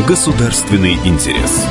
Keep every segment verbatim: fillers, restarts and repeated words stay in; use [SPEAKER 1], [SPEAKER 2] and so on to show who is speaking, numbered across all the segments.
[SPEAKER 1] Государственный интерес.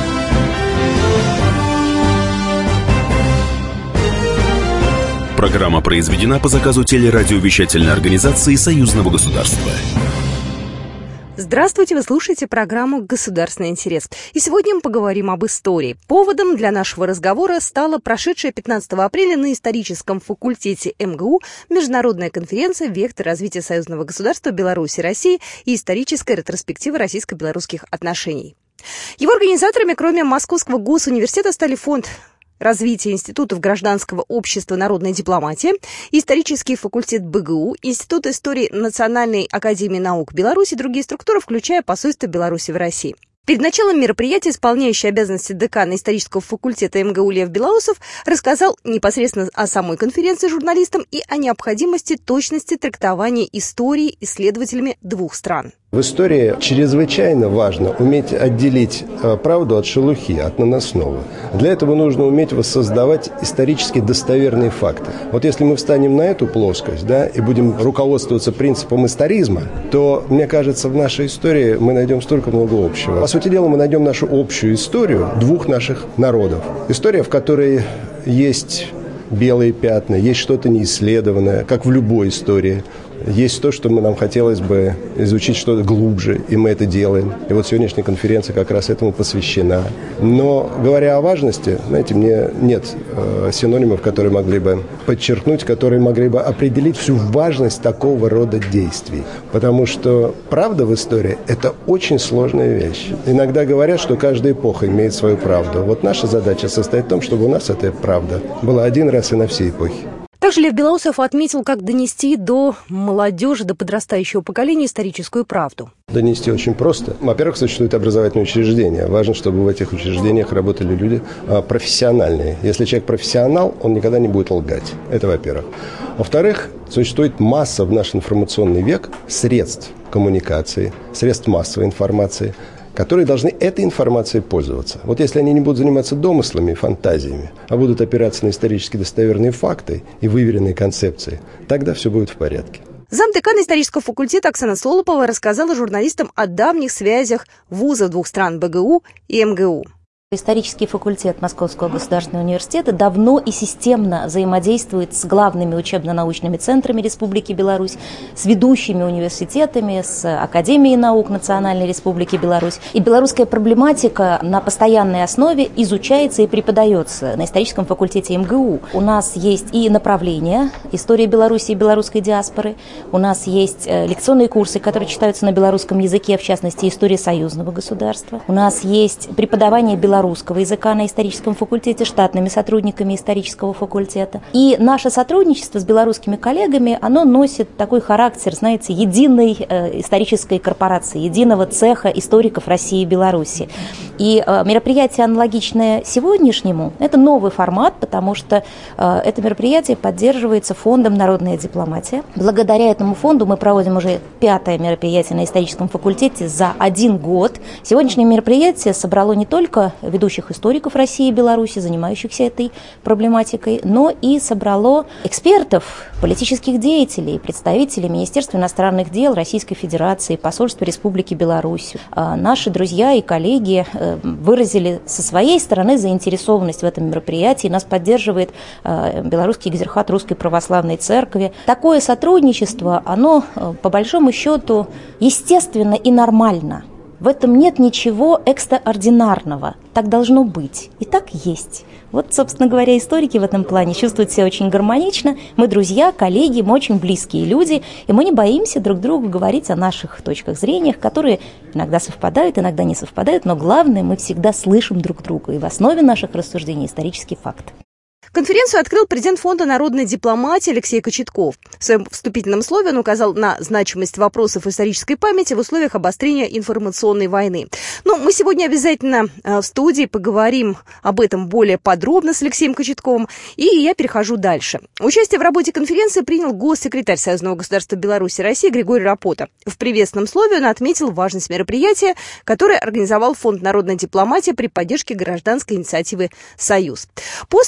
[SPEAKER 1] Программа произведена по заказу телерадиовещательной организации Союзного государства.
[SPEAKER 2] Здравствуйте, вы слушаете программу «Государственный интерес». И сегодня мы поговорим об истории. Поводом для нашего разговора стала прошедшая пятнадцатого апреля на историческом факультете эм гэ у международная конференция «Вектор развития союзного государства Беларуси и России и историческая ретроспектива российско-белорусских отношений». Его организаторами, кроме Московского госуниверситета, стали фонд развития институтов гражданского общества «Народная дипломатия», исторический факультет бэ гэ у, Институт истории Национальной академии наук Беларуси и другие структуры, включая посольство Беларуси в России. Перед началом мероприятия исполняющий обязанности декана исторического факультета эм гэ у Лев Белоусов рассказал непосредственно о самой конференции журналистам и о необходимости точности трактования истории исследователями двух стран.
[SPEAKER 3] В истории чрезвычайно важно уметь отделить правду от шелухи, от наносного. Для этого нужно уметь воссоздавать исторически достоверные факты. Вот если мы встанем на эту плоскость, да, и будем руководствоваться принципом историзма, то, мне кажется, в нашей истории мы найдем столько много общего. По сути дела, мы найдем нашу общую историю двух наших народов. История, в которой есть белые пятна, есть что-то неисследованное, как в любой истории. Есть то, что мы, нам хотелось бы изучить что-то глубже, и мы это делаем. И вот сегодняшняя конференция как раз этому посвящена. Но, говоря о важности, знаете, мне нет э, синонимов, которые могли бы подчеркнуть, которые могли бы определить всю важность такого рода действий. Потому что правда в истории – это очень сложная вещь. Иногда говорят, что каждая эпоха имеет свою правду. Вот наша задача состоит в том, чтобы у нас эта правда была один раз и на все эпохи.
[SPEAKER 2] Также Лев Белоусов отметил, как донести до молодежи, до подрастающего поколения историческую правду.
[SPEAKER 3] Донести очень просто. Во-первых, существуют образовательные учреждения. Важно, чтобы в этих учреждениях работали люди профессиональные. Если человек профессионал, он никогда не будет лгать. Это во-первых. Во-вторых, существует масса в наш информационный век средств коммуникации, средств массовой информации, которые должны этой информацией пользоваться. Вот если они не будут заниматься домыслами, фантазиями, а будут опираться на исторически достоверные факты и выверенные концепции, тогда все будет в порядке.
[SPEAKER 2] Замдекана исторического факультета Оксана Солопова рассказала журналистам о давних связях вузов двух стран бэ гэ у и эм гэ у.
[SPEAKER 4] Исторический факультет Московского государственного университета давно и системно взаимодействует с главными учебно-научными центрами Республики Беларусь, с ведущими университетами, с Академией наук Национальной Республики Беларусь. И белорусская проблематика на постоянной основе изучается и преподается на историческом факультете эм гэ у. У нас есть и направление «История Беларуси и белорусской диаспоры», у нас есть лекционные курсы, которые читаются на белорусском языке, в частности, «История союзного государства». У нас есть преподавание белорусского русского языка на историческом факультете штатными сотрудниками исторического факультета. И наше сотрудничество с белорусскими коллегами, оно носит такой характер, знаете, единой э, исторической корпорации, единого цеха историков России и Беларуси. И э, мероприятие, аналогичное сегодняшнему, это новый формат, потому что э, это мероприятие поддерживается фондом «Народная дипломатия». Благодаря этому фонду мы проводим уже пятое мероприятие на историческом факультете за один год. Сегодняшнее мероприятие собрало не только ведущих историков России и Беларуси, занимающихся этой проблематикой, но и собрало экспертов, политических деятелей, представителей Министерства иностранных дел Российской Федерации, посольства Республики Беларусь. Наши друзья и коллеги выразили со своей стороны заинтересованность в этом мероприятии. Нас поддерживает Белорусский экзархат Русской Православной Церкви. Такое сотрудничество, оно по большому счету естественно и нормально. В этом нет ничего экстраординарного. Так должно быть. И так есть. Вот, собственно говоря, историки в этом плане чувствуют себя очень гармонично. Мы друзья, коллеги, мы очень близкие люди, и мы не боимся друг другу говорить о наших точках зрения, которые иногда совпадают, иногда не совпадают, но главное, мы всегда слышим друг друга. И в основе наших рассуждений исторический факт.
[SPEAKER 2] Конференцию открыл президент фонда народной дипломатии Алексей Кочетков. В своем вступительном слове он указал на значимость вопросов исторической памяти в условиях обострения информационной войны. Но мы сегодня обязательно в студии поговорим об этом более подробно с Алексеем Кочетковым, и я перехожу дальше. Участие в работе конференции принял госсекретарь Союзного государства Беларуси и России Григорий Рапота. В приветственном слове он отметил важность мероприятия, которое организовал фонд народной дипломатии при поддержке гражданской инициативы «Союз». После участников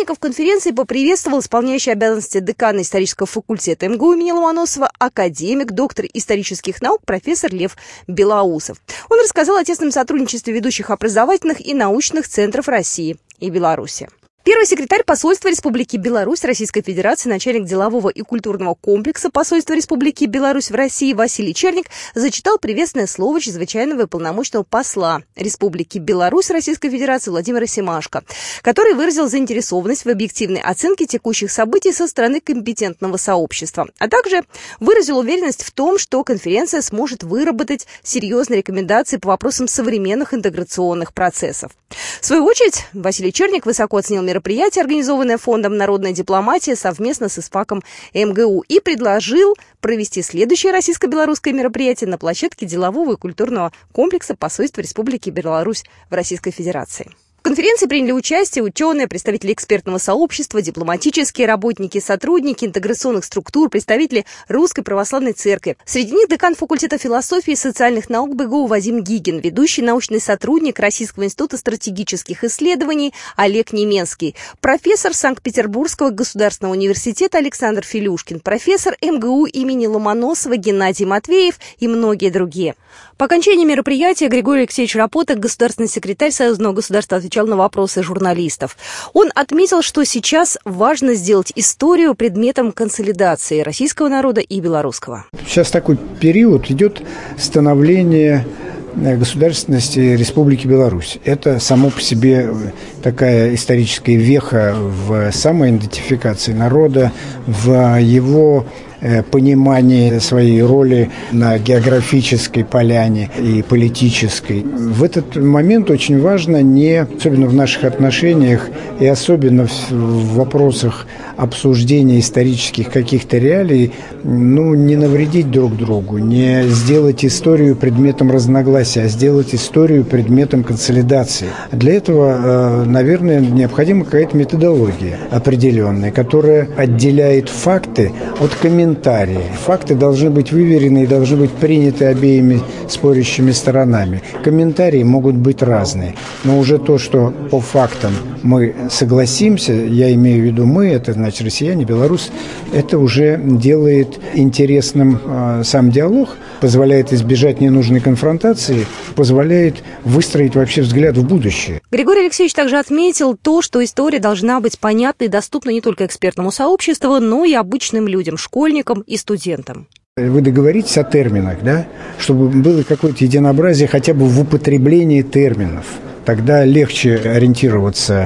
[SPEAKER 2] участников конференции поприветствовал исполняющий обязанности декана исторического факультета МГУ имени Ломоносова академик, доктор исторических наук профессор Лев Белоусов. Он рассказал о тесном сотрудничестве ведущих образовательных и научных центров России и Беларуси. Первый секретарь посольства Республики Беларусь Российской Федерации, начальник делового и культурного комплекса посольства Республики Беларусь в России Василий Черник зачитал приветственное слово чрезвычайного и полномочного посла Республики Беларусь Российской Федерации Владимира Семашко, который выразил заинтересованность в объективной оценке текущих событий со стороны компетентного сообщества, а также выразил уверенность в том, что конференция сможет выработать серьезные рекомендации по вопросам современных интеграционных процессов. В свою очередь, Василий Черник высоко оценил мероприятие, организованное Фондом «Народная дипломатия» совместно с ИСПАКом МГУ, и предложил провести следующее российско-белорусское мероприятие на площадке делового и культурного комплекса посольства Республики Беларусь в Российской Федерации. В конференции приняли участие ученые, представители экспертного сообщества, дипломатические работники, сотрудники интеграционных структур, представители Русской Православной Церкви. Среди них декан факультета философии и социальных наук БГУ Вадим Гигин, ведущий научный сотрудник Российского института стратегических исследований Олег Неменский, профессор Санкт-Петербургского государственного университета Александр Филюшкин, профессор МГУ имени Ломоносова Геннадий Матвеев и многие другие. По окончании мероприятия Григорий Алексеевич Рапота, государственный секретарь Союзного государства, отвечал на вопросы журналистов. Он отметил, что сейчас важно сделать историю предметом консолидации российского народа и белорусского.
[SPEAKER 5] Сейчас такой период идет становление государственности Республики Беларусь. Это само по себе такая историческая веха в самоидентификации народа, в его понимании своей роли на географической поляне и политической. В этот момент очень важно, не, особенно в наших отношениях и особенно в, в вопросах обсуждения исторических каких-то реалий, ну, не навредить друг другу, не сделать историю предметом разногласия, а сделать историю предметом консолидации. Для этого, наверное, необходима какая-то методология определенная, которая отделяет факты от комментариев. Факты должны быть выверены и должны быть приняты обеими спорящими сторонами. Комментарии могут быть разные, но уже то, что по фактам мы согласимся, я имею в виду мы, это значит россияне, белорусы, это уже делает интересным э, сам диалог, позволяет избежать ненужной конфронтации, позволяет выстроить вообще взгляд в будущее.
[SPEAKER 2] Григорий Алексеевич также отметил то, что история должна быть понятна и доступна не только экспертному сообществу, но и обычным людям, школьникам и студентам.
[SPEAKER 5] Вы договоритесь о терминах, да, чтобы было какое-то единообразие хотя бы в употреблении терминов. Тогда легче ориентироваться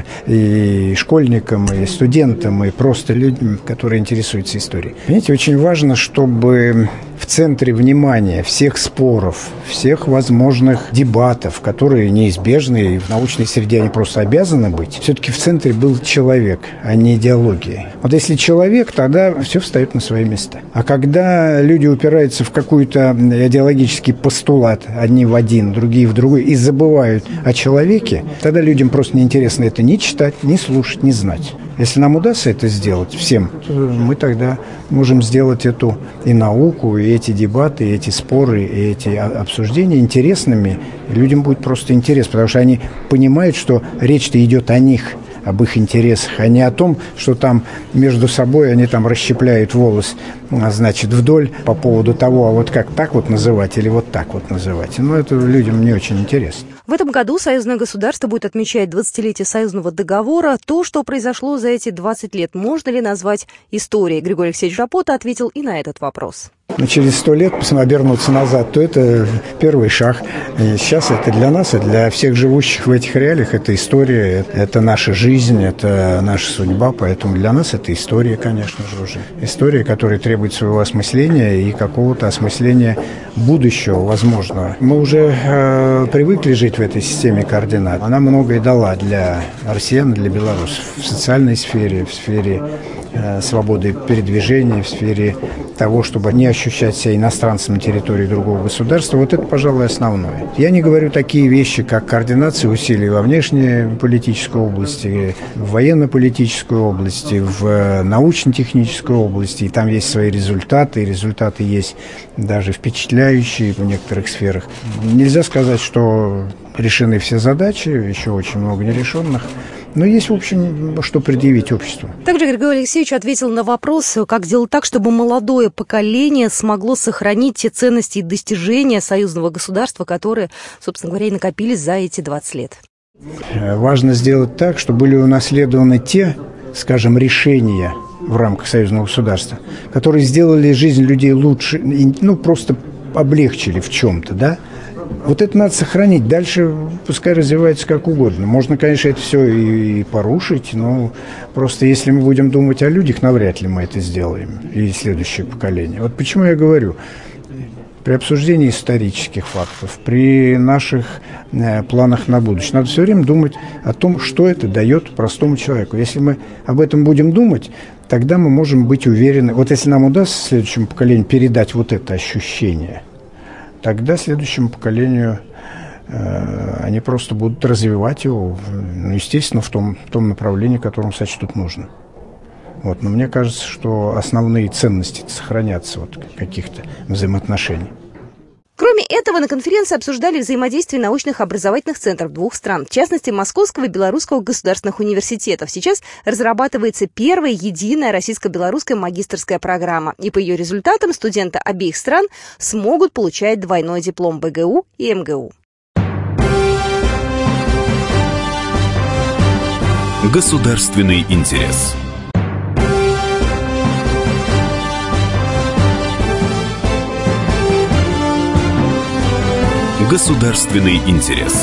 [SPEAKER 5] и школьникам, и студентам, и просто людям, которые интересуются историей. Понимаете, очень важно, чтобы в центре внимания всех споров, всех возможных дебатов, которые неизбежны, и в научной среде они просто обязаны быть, все-таки в центре был человек, а не идеология. Вот если человек, тогда все встает на свои места. А когда люди упираются в какой-то идеологический постулат, одни в один, другие в другой, и забывают о человеке, тогда людям просто неинтересно это ни читать, ни слушать, ни знать. Если нам удастся это сделать всем, то мы тогда можем сделать эту и науку, и эти дебаты, и эти споры, и эти обсуждения интересными. И людям будет просто интерес, потому что они понимают, что речь-то идет о них, об их интересах, а не о том, что там между собой они там расщепляют волос, значит, вдоль по поводу того, а вот как так вот называть или вот так вот называть. Но это людям не очень интересно.
[SPEAKER 2] В этом году союзное государство будет отмечать двадцатилетие союзного договора. То, что произошло за эти двадцать лет, можно ли назвать историей? Григорий Алексеевич Рапота ответил и на этот вопрос.
[SPEAKER 5] Но через сто лет обернуться назад, то это первый шаг. И сейчас это для нас, и для всех живущих в этих реалиях, это история, это наша жизнь, это наша судьба. Поэтому для нас это история, конечно же, уже. История, которая требует своего осмысления и какого-то осмысления будущего возможного. Мы уже э, привыкли жить в этой системе координат. Она многое дала для россиян, для белорусов в социальной сфере, в сфере э, свободы передвижения, в сфере того, чтобы не ощущать себя иностранцем на территории другого государства. Вот это, пожалуй, основное. Я не говорю такие вещи, как координация усилий во внешнеполитической области, в военно-политической области, в научно-технической области. И там есть свои результаты, и результаты есть даже впечатляющие в некоторых сферах. Нельзя сказать, что решены все задачи, еще очень много нерешенных. Но есть, в общем, что предъявить обществу.
[SPEAKER 2] Также Григорий Алексеевич ответил на вопрос, как сделать так, чтобы молодое поколение смогло сохранить те ценности и достижения союзного государства, которые, собственно говоря, и накопились за эти двадцать лет.
[SPEAKER 5] Важно сделать так, чтобы были унаследованы те, скажем, решения в рамках союзного государства, которые сделали жизнь людей лучше, ну, просто облегчили в чем-то, да? Вот это надо сохранить. Дальше пускай развивается как угодно. Можно, конечно, это все и, и порушить, но просто если мы будем думать о людях, навряд ли мы это сделаем. И следующее поколение. Вот почему я говорю. При обсуждении исторических фактов, при наших э, планах на будущее, надо все время думать о том, что это дает простому человеку. Если мы об этом будем думать, тогда мы можем быть уверены. Вот если нам удастся следующему поколению передать вот это ощущение, тогда следующему поколению э, они просто будут развивать его, ну, естественно, в том, в том направлении, которым сочтут нужно. Вот. Но мне кажется, что основные ценности сохранятся вот, каких-то взаимоотношений.
[SPEAKER 2] Кроме этого, на конференции обсуждали взаимодействие научных образовательных центров двух стран, в частности, Московского и Белорусского государственных университетов. Сейчас разрабатывается первая единая российско-белорусская магистерская программа, и по ее результатам студенты обеих стран смогут получать двойной диплом бэ гэ у и эм гэ у.
[SPEAKER 1] Государственный интерес. Государственный интерес.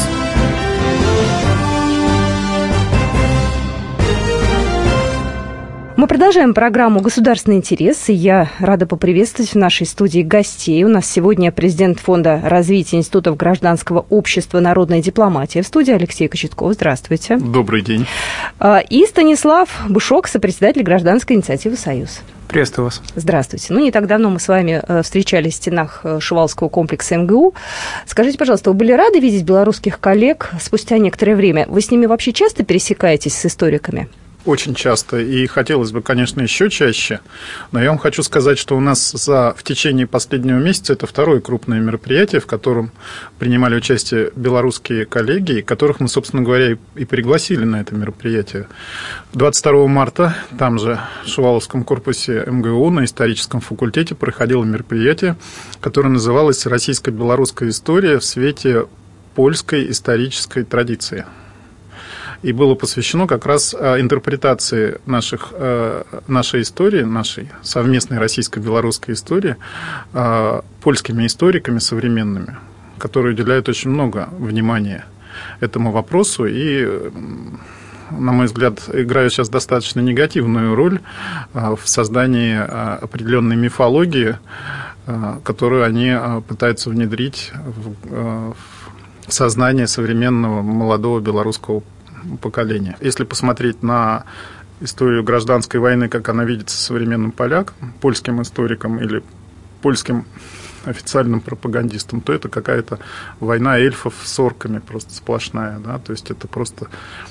[SPEAKER 2] Мы продолжаем программу «Государственный интерес», и я рада поприветствовать в нашей студии гостей. У нас сегодня президент Фонда развития институтов гражданского общества «Народная дипломатия» в студии Алексей Кочетков. Здравствуйте.
[SPEAKER 6] Добрый день.
[SPEAKER 2] И Станислав Бушок, сопредседатель гражданской инициативы «Союз».
[SPEAKER 6] Приветствую вас.
[SPEAKER 2] Здравствуйте. Ну, не так давно мы с вами встречались в стенах Шуваловского комплекса эм гэ у. Скажите, пожалуйста, вы были рады видеть белорусских коллег спустя некоторое время? Вы с ними вообще часто пересекаетесь, с историками?
[SPEAKER 6] Очень часто, и хотелось бы, конечно, еще чаще, но я вам хочу сказать, что у нас за, в течение последнего месяца это второе крупное мероприятие, в котором принимали участие белорусские коллеги, которых мы, собственно говоря, и, и пригласили на это мероприятие. двадцать второго марта там же в Шуваловском корпусе эм гэ у на историческом факультете проходило мероприятие, которое называлось «Российско-белорусская история в свете польской исторической традиции». И было посвящено как раз интерпретации наших, нашей истории, нашей совместной российско-белорусской истории польскими историками современными, которые уделяют очень много внимания этому вопросу и, на мой взгляд, играют сейчас достаточно негативную роль в создании определенной мифологии, которую они пытаются внедрить в сознание современного молодого белорусского поколения. Если посмотреть на историю гражданской войны, как она видится современным полякам, польским историкам или польским официальным пропагандистам, то это какая-то война эльфов с орками просто сплошная. Да? То есть это просто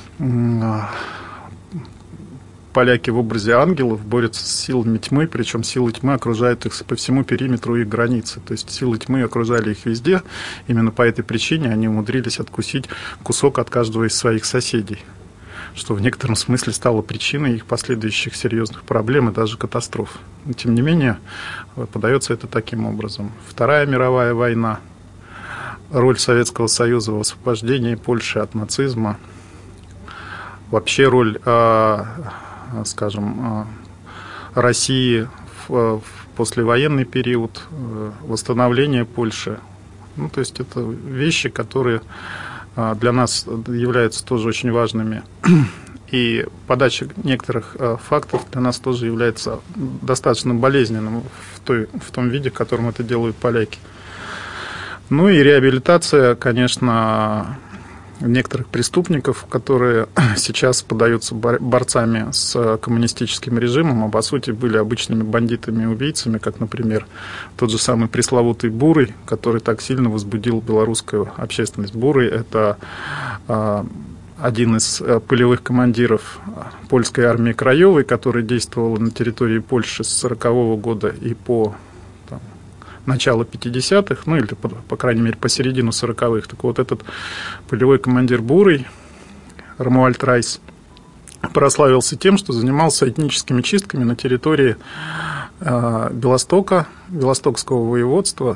[SPEAKER 6] поляки в образе ангелов борются с силами тьмы, причем силы тьмы окружают их по всему периметру их границы. То есть силы тьмы окружали их везде. Именно по этой причине они умудрились откусить кусок от каждого из своих соседей, что в некотором смысле стало причиной их последующих серьезных проблем и даже катастроф. Но, тем не менее, подается это таким образом. Вторая мировая война, роль Советского Союза в освобождении Польши от нацизма, вообще роль, скажем, России в послевоенный период, восстановления Польши. Ну, то есть это вещи, которые для нас являются тоже очень важными. И подача некоторых фактов для нас тоже является достаточно болезненным в, той, в том виде, в котором это делают поляки. Ну и реабилитация, конечно, некоторых преступников, которые сейчас подаются борцами с коммунистическим режимом, а по сути были обычными бандитами и убийцами, как, например, тот же самый пресловутый Бурый, который так сильно возбудил белорусскую общественность. Бурый – это один из полевых командиров польской армии Краевой, которая действовала на территории Польши с сорокового года и по начала пятидесятых, ну или, по, по крайней мере, по середину сороковых. Так вот, этот полевой командир Бурый, Ромуальд Райс, прославился тем, что занимался этническими чистками на территории Белостока, Белостокского воеводства,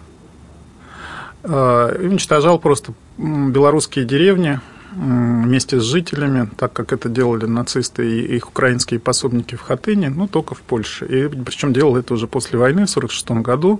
[SPEAKER 6] и уничтожал просто белорусские деревни вместе с жителями, так как это делали нацисты и их украинские пособники в Хатыни, но только в Польше. И причем делал это уже после войны в сорок шестом году.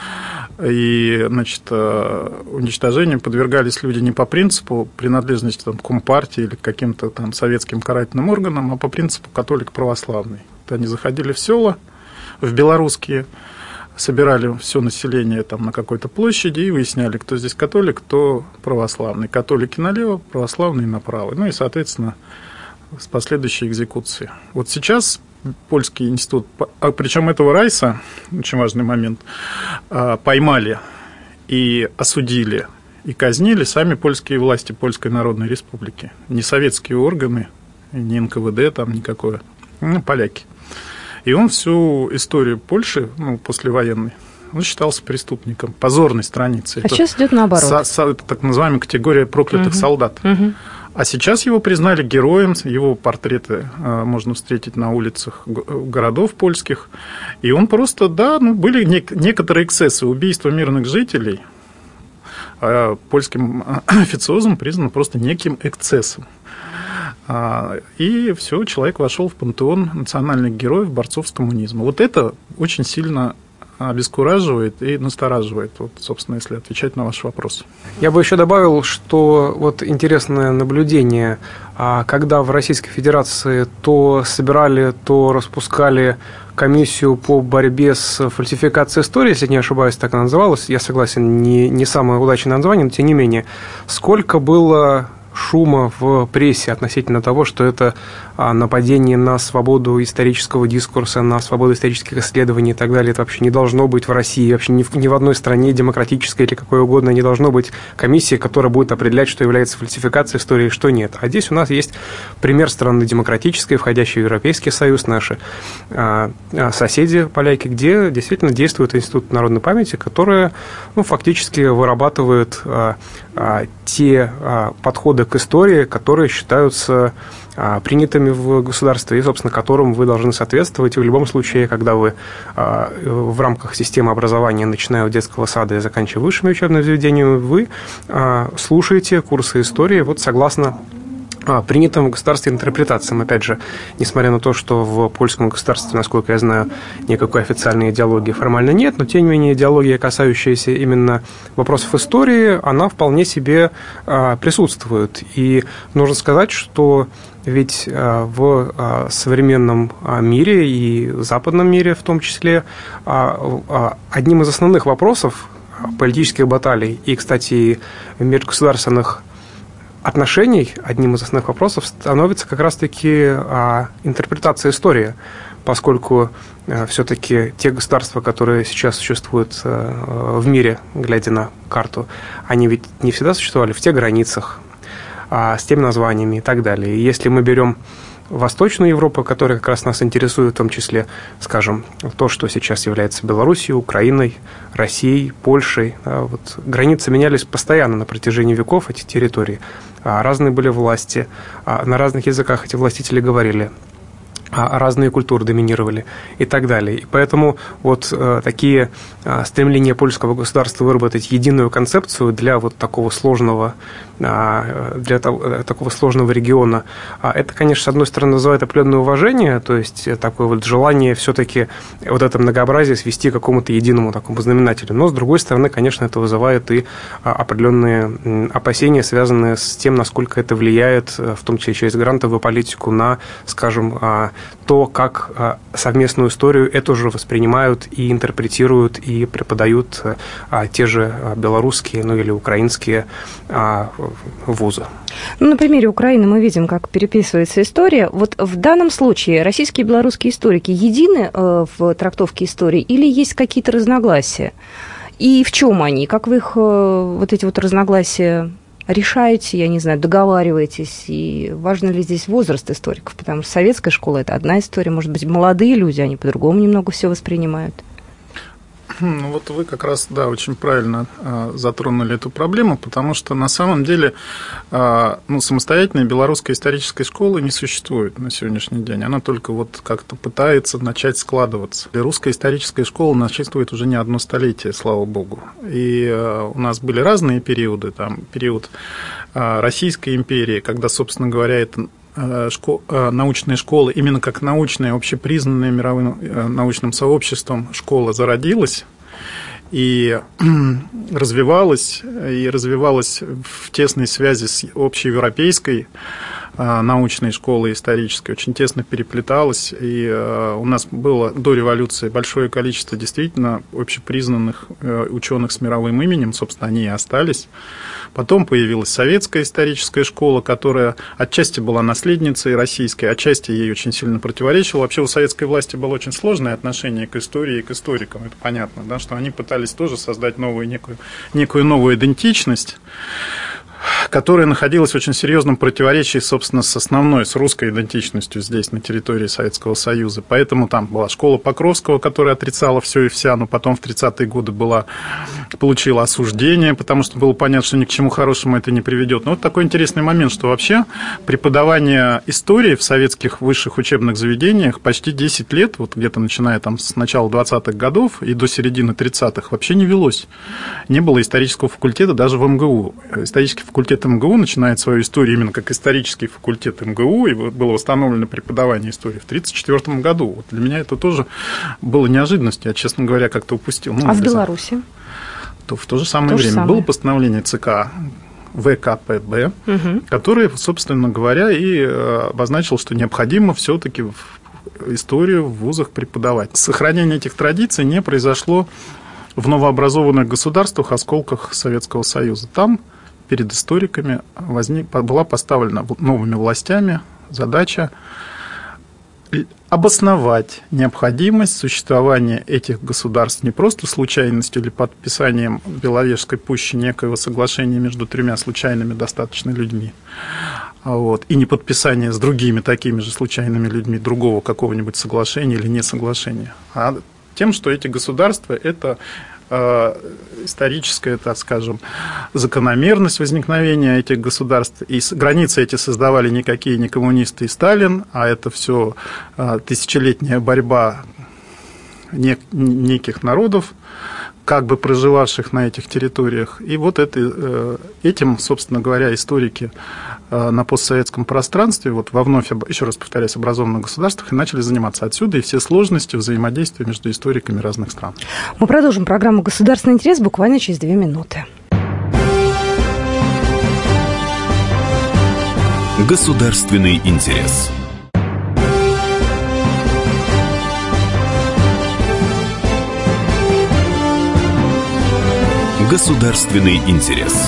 [SPEAKER 6] И, значит, уничтожению подвергались люди не по принципу принадлежности там, к Компартии или к каким-то там советским карательным органам, а по принципу католик-православный. Они заходили в села, в белорусские, собирали все население там на какой-то площади и выясняли, кто здесь католик, кто православный. Католики налево, православные направо. Ну и, соответственно, с последующей экзекуцией. Вот сейчас Польский институт, а причем этого Райса, очень важный момент, поймали и осудили и казнили сами польские власти Польской Народной Республики. Не советские органы, не эн ка вэ дэ там никакое, ну, поляки. И он всю историю Польши, ну, послевоенной, он считался преступником, позорной страницей.
[SPEAKER 2] А это сейчас идет наоборот. Со,
[SPEAKER 6] со, это так называемая категория проклятых угу. солдат.
[SPEAKER 2] Угу.
[SPEAKER 6] А сейчас его признали героем, его портреты э, можно встретить на улицах городов польских. И он просто, да, ну, были нек- некоторые эксцессы, убийства мирных жителей э, польским официозом признано просто неким эксцессом. А, и все, человек вошел в пантеон национальных героев, борцов с коммунизмом. Вот это очень сильно обескураживает и настораживает, вот, собственно, если отвечать на ваш вопрос.
[SPEAKER 7] Я бы еще добавил, что вот интересное наблюдение, когда в Российской Федерации то собирали, то распускали комиссию по борьбе с фальсификацией истории, если не ошибаюсь, так она называлась, я согласен, не, не самое удачное название, но тем не менее, сколько было шума в прессе относительно того, что это нападение на свободу исторического дискурса, на свободу исторических исследований и так далее. Это вообще не должно быть в России, вообще ни в, ни в одной стране демократической или какой угодно не должно быть комиссии, которая будет определять, что является фальсификацией истории, что нет. А здесь у нас есть пример страны демократической, входящей в Европейский Союз, наши а, соседи, поляки, где действительно действует Институт народной памяти, который, ну, фактически вырабатывает а, а, те а, подходы к истории, которые считаются а, принятыми в государстве и, собственно, которым вы должны соответствовать. И в любом случае, когда вы а, в рамках системы образования, начиная от детского сада и заканчивая высшими учебными заведениями, вы а, слушаете курсы истории вот согласно А, принятым в государстве интерпретациям. Опять же, несмотря на то, что в польском государстве, насколько я знаю, никакой официальной идеологии формально нет, но, тем не менее, идеология, касающаяся именно вопросов истории, она вполне себе а, присутствует. И нужно сказать, что ведь а, в а, современном а, мире и западном мире в том числе а, а, одним из основных вопросов политических баталий и, кстати, межгосударственных отношений, одним из основных вопросов становится как раз-таки а, интерпретация истории, поскольку а, все-таки те государства, которые сейчас существуют а, в мире, глядя на карту, они ведь не всегда существовали в тех границах, а, с теми названиями и так далее. И если мы берем Восточную Европу, которая как раз нас интересует, в том числе, скажем, то, что сейчас является Белоруссией, Украиной, Россией, Польшей. Вот, границы менялись постоянно на протяжении веков, эти территории. Разные были власти, на разных языках эти властители говорили, разные культуры доминировали и так далее. И поэтому вот э, такие э, стремления польского государства выработать единую концепцию для вот такого сложного, э, для того, такого сложного региона, э, это, конечно, с одной стороны, вызывает определенное уважение, то есть такое вот желание все-таки вот это многообразие свести к какому-то единому такому знаменателю. Но, с другой стороны, конечно, это вызывает и определенные опасения, связанные с тем, насколько это влияет, в том числе через грантовую политику, на, скажем, то, как совместную историю эту же воспринимают и интерпретируют и преподают те же белорусские, ну или украинские вузы.
[SPEAKER 2] Ну, на примере Украины мы видим, как переписывается история. Вот в данном случае российские и белорусские историки едины в трактовке истории или есть какие-то разногласия? И в чем они? Как вы их, вот эти вот разногласия решаете, я не знаю, договариваетесь, и важно ли здесь возраст историков, потому что советская школа – это одна история, может быть, молодые люди, они по-другому немного все воспринимают.
[SPEAKER 6] Ну, вот вы как раз, да, очень правильно а, затронули эту проблему, потому что на самом деле а, ну, самостоятельной белорусской исторической школы не существует на сегодняшний день. Она только вот как-то пытается начать складываться. И русская историческая школа насчитывает уже не одно столетие, слава богу. И а, у нас были разные периоды, там, период а, Российской империи, когда, собственно говоря, это Школ, научная школа, именно как научная, общепризнанная мировым научным сообществом школа зародилась и развивалась, и развивалась в тесной связи с общеевропейской научной школой исторической, очень тесно переплеталась, и у нас было до революции большое количество действительно общепризнанных ученых с мировым именем, собственно, они и остались. Потом появилась советская историческая школа, которая отчасти была наследницей российской, отчасти ей очень сильно противоречила. Вообще у советской власти было очень сложное отношение к истории и к историкам, это понятно, да, что они пытались тоже создать новую, некую, некую новую идентичность, которая находилась в очень серьезном противоречии, собственно, с основной, с русской идентичностью здесь, на территории Советского Союза. Поэтому там была школа Покровского, которая отрицала все и вся, но потом в тридцатые годы была, получила осуждение, потому что было понятно, что ни к чему хорошему это не приведет. Но вот такой интересный момент, что вообще преподавание истории в советских высших учебных заведениях почти десять лет, вот где-то начиная там с начала двадцатых годов и до середины тридцатых, вообще не велось. Не было исторического факультета даже в эм гэ у. Исторический факультет эм гэ у начинает свою историю именно как исторический факультет эм гэ у, и было восстановлено преподавание истории в тридцать четвёртом году. Вот для меня это тоже было неожиданностью, я, честно говоря, как-то упустил. Ну,
[SPEAKER 2] а в Беларуси?
[SPEAKER 6] То в то же самое
[SPEAKER 2] то
[SPEAKER 6] время
[SPEAKER 2] же самое.
[SPEAKER 6] Было постановление ЦК вэ ка пэ бэ, угу. которое, собственно говоря, и обозначило, что необходимо все-таки историю в вузах преподавать. Сохранение этих традиций не произошло в новообразованных государствах, осколках Советского Союза. Там перед историками возник, была поставлена новыми властями задача обосновать необходимость существования этих государств не просто случайностью или подписанием в Беловежской пуще некоего соглашения между тремя случайными достаточно людьми, вот, и не подписание с другими такими же случайными людьми другого какого-нибудь соглашения или несоглашения, а тем, что эти государства – это историческая, так скажем, закономерность возникновения этих государств. И границы эти создавали никакие не коммунисты и Сталин, а это все тысячелетняя борьба неких народов, как бы проживавших на этих территориях. И вот это, этим, собственно говоря, историки на постсоветском пространстве, вот во вновь, еще раз повторяюсь, образованных государствах и начали заниматься. Отсюда и все сложности взаимодействия между историками разных стран.
[SPEAKER 2] Мы продолжим программу «Государственный интерес» буквально через две минуты.
[SPEAKER 1] Государственный интерес. Государственный интерес.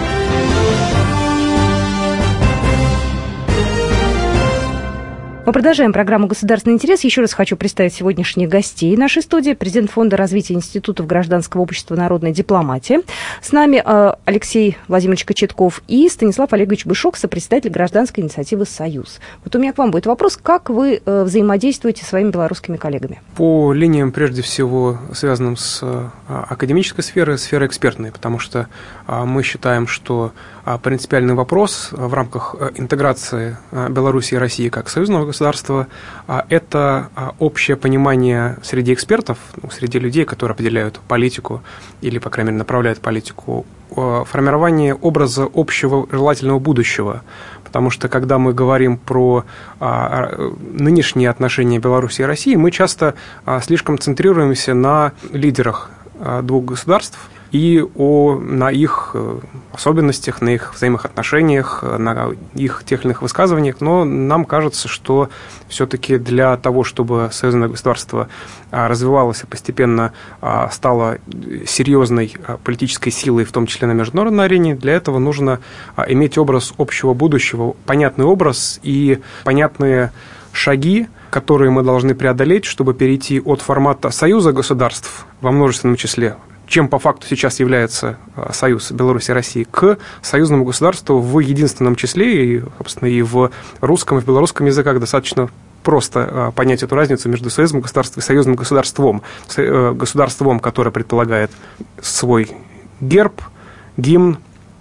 [SPEAKER 2] Мы продолжаем программу «Государственный интерес». Еще раз хочу представить сегодняшних гостей нашей студии. Президент Фонда развития институтов гражданского общества «Народная дипломатия». С нами Алексей Владимирович Кочетков и Станислав Олегович Бышок, сопредседатель гражданской инициативы «Союз». Вот у меня к вам будет вопрос, как вы взаимодействуете со своими белорусскими коллегами?
[SPEAKER 7] По линиям, прежде всего, связанным с академической сферой, сферой экспертной, потому что мы считаем, что принципиальный вопрос в рамках интеграции Беларуси и России как союзного государства – это общее понимание среди экспертов, среди людей, которые определяют политику или, по крайней мере, направляют политику, формирование образа общего желательного будущего. Потому что, когда мы говорим про а, нынешние отношения Беларуси и России, мы часто а, слишком центрируемся на лидерах а, двух государств и о, на их особенностях, на их взаимоотношениях, на их тех или иных высказываниях. Но нам кажется, что все-таки для того, чтобы союзное государство развивалось и постепенно стало серьезной политической силой, в том числе на международной арене, для этого нужно иметь образ общего будущего, понятный образ и понятные шаги, которые мы должны преодолеть, чтобы перейти от формата союза государств во множественном числе, чем по факту сейчас является союз Беларуси и России, к союзному государству в единственном числе, и, собственно, и в русском, и в белорусском языках достаточно просто понять эту разницу между союзным государством и союзным государством. Государством, которое предполагает свой герб, гимн,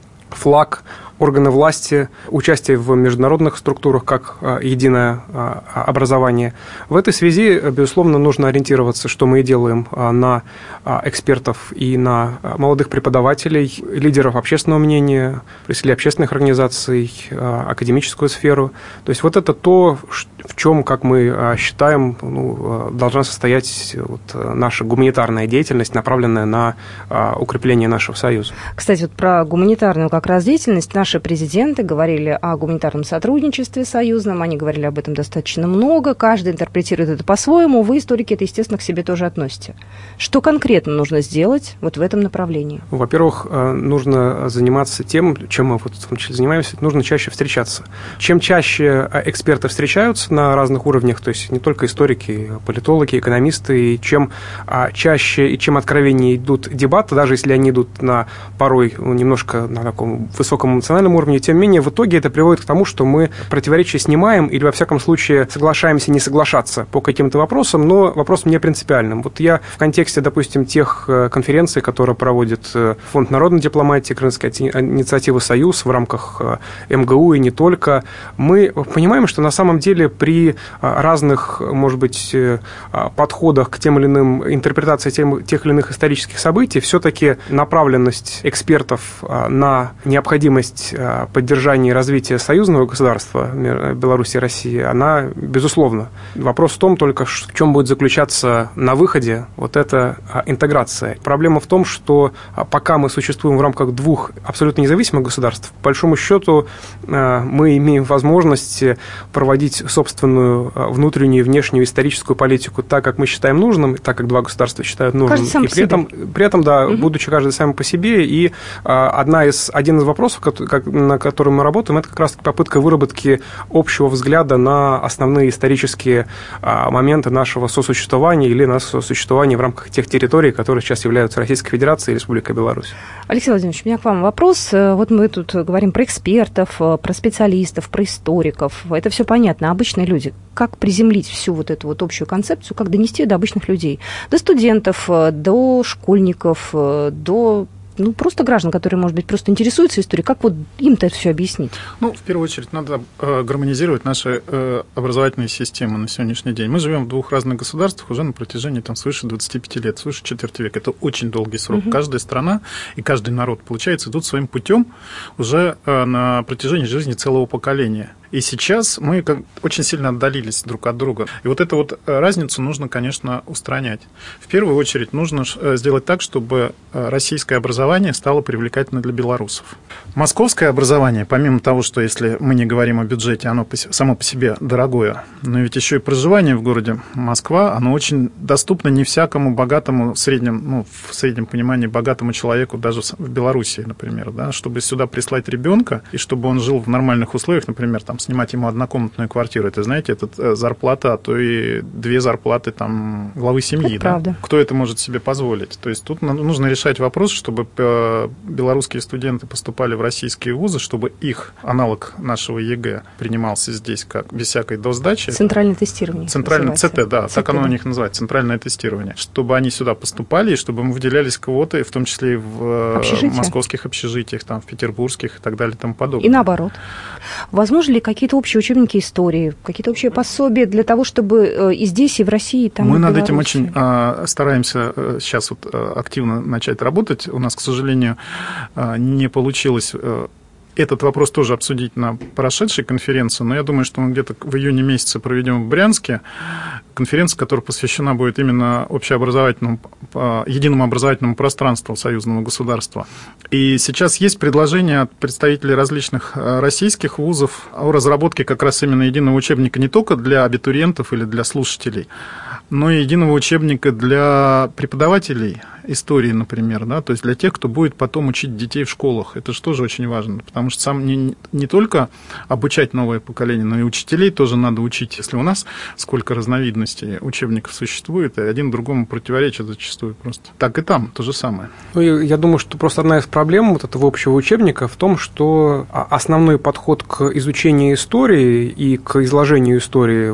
[SPEAKER 7] флаг, органы власти, участие в международных структурах как единое образование. В этой связи, безусловно, нужно ориентироваться, что мы и делаем, на экспертов и на молодых преподавателей, лидеров общественного мнения, представителей общественных организаций, академическую сферу. То есть вот это то, в чем, как мы считаем, ну, должна состоять вот наша гуманитарная деятельность, направленная на укрепление нашего союза.
[SPEAKER 2] Кстати, вот про гуманитарную как раз деятельность наши президенты говорили о гуманитарном сотрудничестве союзном, они говорили об этом достаточно много, каждый интерпретирует это по-своему, вы, историки, это, естественно, к себе тоже относите. Что конкретно нужно сделать вот в этом направлении?
[SPEAKER 7] Во-первых, нужно заниматься тем, чем мы вот в том числе занимаемся, нужно чаще встречаться. Чем чаще эксперты встречаются на разных уровнях, то есть не только историки, политологи, экономисты, и чем чаще и чем откровеннее идут дебаты, даже если они идут на порой немножко на таком высоком эмоциональном уровне, тем не менее, в итоге это приводит к тому, что мы противоречия снимаем или, во всяком случае, соглашаемся не соглашаться по каким-то вопросам, но вопросам не принципиальным. Вот я в контексте, допустим, тех конференций, которые проводит Фонд народной дипломатии, Крымская инициатива «Союз» в рамках эм гэ у и не только, мы понимаем, что на самом деле при разных, может быть, подходах к тем или иным интерпретациям тех или иных исторических событий, все-таки направленность экспертов на необходимость поддержания и развития союзного государства Беларуси и России, она, безусловно. Вопрос в том только, в чем будет заключаться на выходе вот эта интеграция. Проблема в том, что пока мы существуем в рамках двух абсолютно независимых государств, по большому счету мы имеем возможность проводить собственную внутреннюю и внешнюю историческую политику так, как мы считаем нужным, так, как два государства считают нужным. И при этом, при этом, да, угу. будучи каждый сам по себе, и одна из, один из вопросов, как, на котором мы работаем, это как раз попытка выработки общего взгляда на основные исторические а, моменты нашего сосуществования или нашего сосуществования в рамках тех территорий, которые сейчас являются Российской Федерацией и Республикой Беларусь.
[SPEAKER 2] Алексей Владимирович, у меня к вам вопрос. Вот мы тут говорим про экспертов, про специалистов, про историков. Это все понятно. Обычные люди. Как приземлить всю вот эту вот общую концепцию, как донести до обычных людей? До студентов, до школьников, до... ну, просто граждан, которые, может быть, просто интересуются историей, как вот им-то это все объяснить?
[SPEAKER 6] Ну, в первую очередь, надо э, гармонизировать наши э, образовательные системы на сегодняшний день. Мы живем в двух разных государствах уже на протяжении там, свыше двадцати пяти лет, свыше четверти века. Это очень долгий срок. Угу. Каждая страна и каждый народ, получается, идут своим путем уже э, на протяжении жизни целого поколения. И сейчас мы очень сильно отдалились друг от друга. И вот эту вот разницу нужно, конечно, устранять. В первую очередь нужно сделать так, чтобы российское образование стало привлекательным для белорусов. Московское образование, помимо того, что если мы не говорим о бюджете, оно само по себе дорогое, но ведь еще и проживание в городе Москва, оно очень доступно не всякому богатому, в среднем, ну, в среднем понимании богатому человеку, даже в Белоруссии, например, да, чтобы сюда прислать ребенка, и чтобы он жил в нормальных условиях, например, там, снимать ему однокомнатную квартиру. Это, знаете, это зарплата, а то и две зарплаты там, главы семьи.
[SPEAKER 2] Это
[SPEAKER 6] да?
[SPEAKER 2] правда.
[SPEAKER 6] Кто это может себе позволить? То есть тут нужно решать вопрос, чтобы белорусские студенты поступали в российские вузы, чтобы их аналог нашего ЕГЭ принимался здесь как без всякой досдачи.
[SPEAKER 2] Центральное тестирование.
[SPEAKER 6] Центральное ЦТ, да,
[SPEAKER 2] ЦТ,
[SPEAKER 6] так оно
[SPEAKER 2] да.
[SPEAKER 6] у них называется, центральное тестирование. Чтобы они сюда поступали, и чтобы мы выделялись квоты, в том числе и в Общежитие. московских общежитиях, там, в петербургских и так далее и тому подобное.
[SPEAKER 2] И наоборот. Возможно ли какие-то общие учебники истории, какие-то общие пособия для того, чтобы и здесь, и в России, и там,
[SPEAKER 6] Мы
[SPEAKER 2] и в
[SPEAKER 6] над
[SPEAKER 2] Беларуси?
[SPEAKER 6] этим очень а, стараемся а, сейчас вот, а, активно начать работать. У нас, к сожалению, а, не получилось... А, этот вопрос тоже обсудить на прошедшей конференции, но я думаю, что мы где-то в июне месяце проведем в Брянске конференцию, которая посвящена будет именно общеобразовательному, единому образовательному пространству союзного государства. И сейчас есть предложение от представителей различных российских вузов о разработке как раз именно единого учебника не только для абитуриентов или для слушателей, но и единого учебника для преподавателей истории, например, да, то есть для тех, кто будет потом учить детей в школах. Это же тоже очень важно, потому что сам не, не только обучать новое поколение, но и учителей тоже надо учить. Если у нас сколько разновидностей учебников существует, и один другому противоречит зачастую просто. Так и там то же самое.
[SPEAKER 7] Ну, я думаю, что просто одна из проблем вот этого общего учебника в том, что основной подход к изучению истории и к изложению истории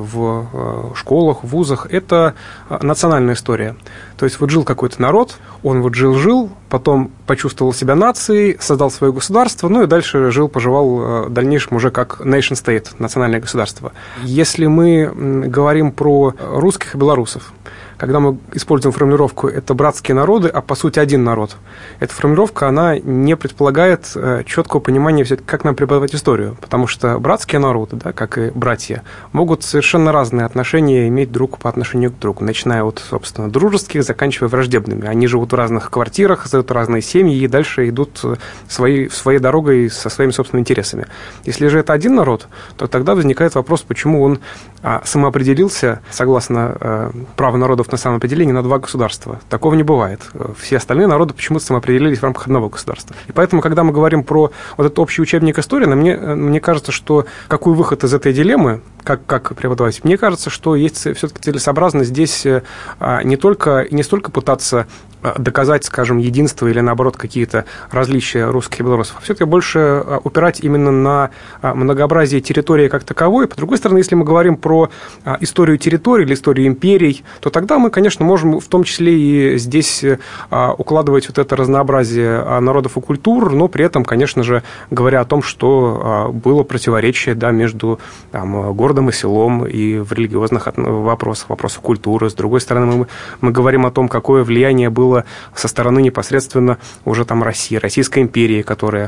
[SPEAKER 7] в школах, в вузах – это национальная история. То есть вот жил какой-то народ, он вот жил-жил, потом почувствовал себя нацией, создал свое государство, ну и дальше жил, поживал в дальнейшем уже как nation state, национальное государство. Если мы говорим про русских и белорусов, когда мы используем формулировку «это братские народы», а по сути один народ, эта формулировка, она не предполагает четкого понимания, как нам преподавать историю, потому что братские народы, да, как и братья, могут совершенно разные отношения иметь друг по отношению к другу, начиная от, собственно, дружеских, заканчивая враждебными. Они живут в разных квартирах, создают разные семьи и дальше идут своей, своей дорогой со своими собственными интересами. Если же это один народ, то тогда возникает вопрос, почему он самоопределился, согласно праву народов на самоопределение, на два государства. Такого не бывает. Все остальные народы почему-то самоопределились в рамках одного государства. И поэтому, когда мы говорим про вот этот общий учебник истории, мне, мне кажется, что какой выход из этой дилеммы, как, как преподавать, мне кажется, что есть все-таки целесообразно здесь не только, не столько пытаться доказать, скажем, единство или, наоборот, какие-то различия русских и белорусов, а все-таки больше упирать именно на многообразие территории как таковой. По другой стороны, если мы говорим про историю территорий или историю империй, то тогда мы, конечно, можем в том числе и здесь укладывать вот это разнообразие народов и культур, но при этом, конечно же, говоря о том, что было противоречие, да, между там, городом и селом и в религиозных вопросах, вопросах культуры. С другой стороны, мы, мы говорим о том, какое влияние было со стороны непосредственно уже там России, Российской империи, которая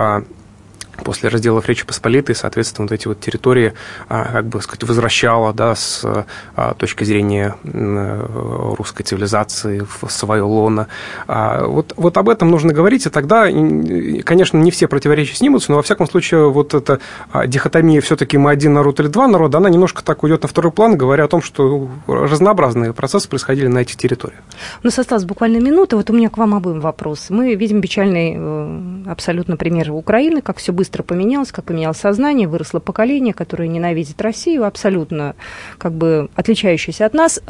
[SPEAKER 7] после разделов Речи Посполитой, соответственно, вот эти вот территории, как бы сказать, возвращала, да, с точки зрения русской цивилизации в свое лоно. Вот, вот об этом нужно говорить, и тогда, конечно, не все противоречия снимутся, но, во всяком случае, вот эта дихотомия все-таки мы один народ или два народа, она немножко так уйдет на второй план, говоря о том, что разнообразные процессы происходили на этих территориях.
[SPEAKER 2] У нас осталась буквально минута. Вот у меня к вам обоим вопрос. Мы видим печальный абсолютно пример Украины, как все быстро поменялось, как поменялось сознание, выросло поколение, которое ненавидит Россию, абсолютно как бы отличающееся от нас.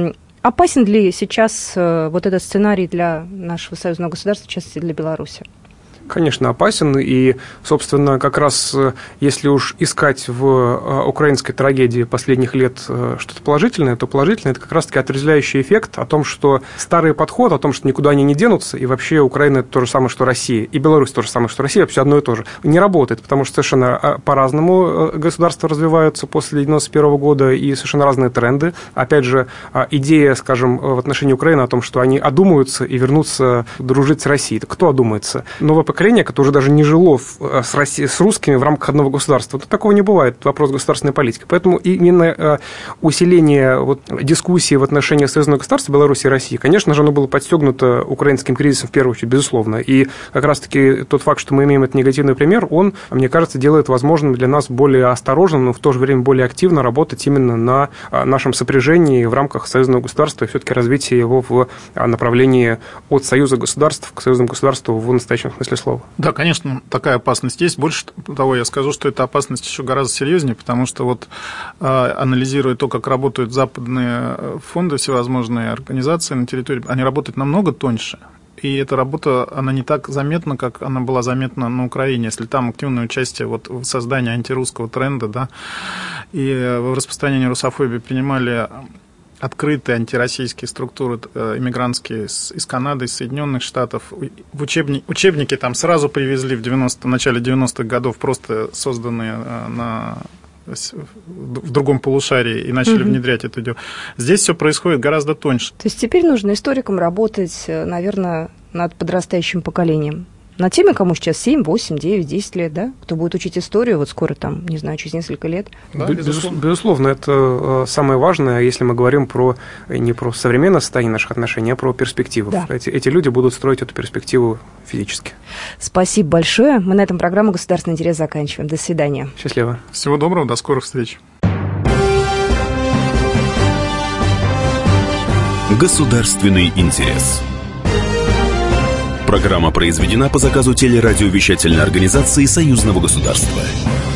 [SPEAKER 2] Опасен ли сейчас вот этот сценарий для нашего союзного государства, в частности для Беларуси?
[SPEAKER 7] Конечно, опасен, и, собственно, как раз если уж искать в украинской трагедии последних лет что-то положительное, то положительное – это как раз-таки отрезвляющий эффект о том, что старый подход, о том, что никуда они не денутся, и вообще Украина – это то же самое, что Россия, и Беларусь – то же самое, что Россия, вообще одно и то же, не работает, потому что совершенно по-разному государства развиваются после девяносто первого года, и совершенно разные тренды. Опять же, идея, скажем, в отношении Украины о том, что они одумаются и вернутся дружить с Россией. Кто одумается? Новое поколение, которое уже даже не жило с, Россией, с русскими в рамках одного государства. Вот такого не бывает, вопрос государственной политики. Поэтому именно усиление вот, дискуссии в отношении союзного государства Беларуси и России, конечно же, оно было подстегнуто украинским кризисом в первую очередь, безусловно. И как раз-таки тот факт, что мы имеем этот негативный пример, он, мне кажется, делает возможным для нас более осторожно, но в то же время более активно работать именно на нашем сопряжении в рамках союзного государства и все-таки развитие его в направлении от союза государств к союзному государству в настоящем смысле слова.
[SPEAKER 6] Да, конечно, такая опасность есть. Больше того, я скажу, что эта опасность еще гораздо серьезнее, потому что вот анализируя то, как работают западные фонды, всевозможные организации на территории, они работают намного тоньше. И эта работа, она не так заметна, как она была заметна на Украине, если там активное участие вот в создании антирусского тренда, да, и в распространении русофобии принимали открытые антироссийские структуры иммигрантские из Канады, из Соединенных Штатов. В учебни... Учебники там сразу привезли в, девяностых, в начале девяностых годов, просто созданные на... в другом полушарии, и начали угу. внедрять это дело. Здесь все происходит гораздо тоньше.
[SPEAKER 2] То есть теперь нужно историкам работать, наверное, над подрастающим поколением. Над теми, кому сейчас семь, восемь, девять, десять лет, да? Кто будет учить историю, вот скоро там, не знаю, через несколько лет.
[SPEAKER 7] Да, безусловно. безусловно, это самое важное, если мы говорим про не про современное состояние наших отношений, а про перспективу. Да. Эти, эти люди будут строить эту перспективу физически.
[SPEAKER 2] Спасибо большое. Мы на этом программу «Государственный интерес» заканчиваем. До свидания.
[SPEAKER 7] Счастливо.
[SPEAKER 6] Всего доброго, до скорых встреч.
[SPEAKER 1] Государственный интерес. Программа произведена по заказу телерадиовещательной организации Союзного государства.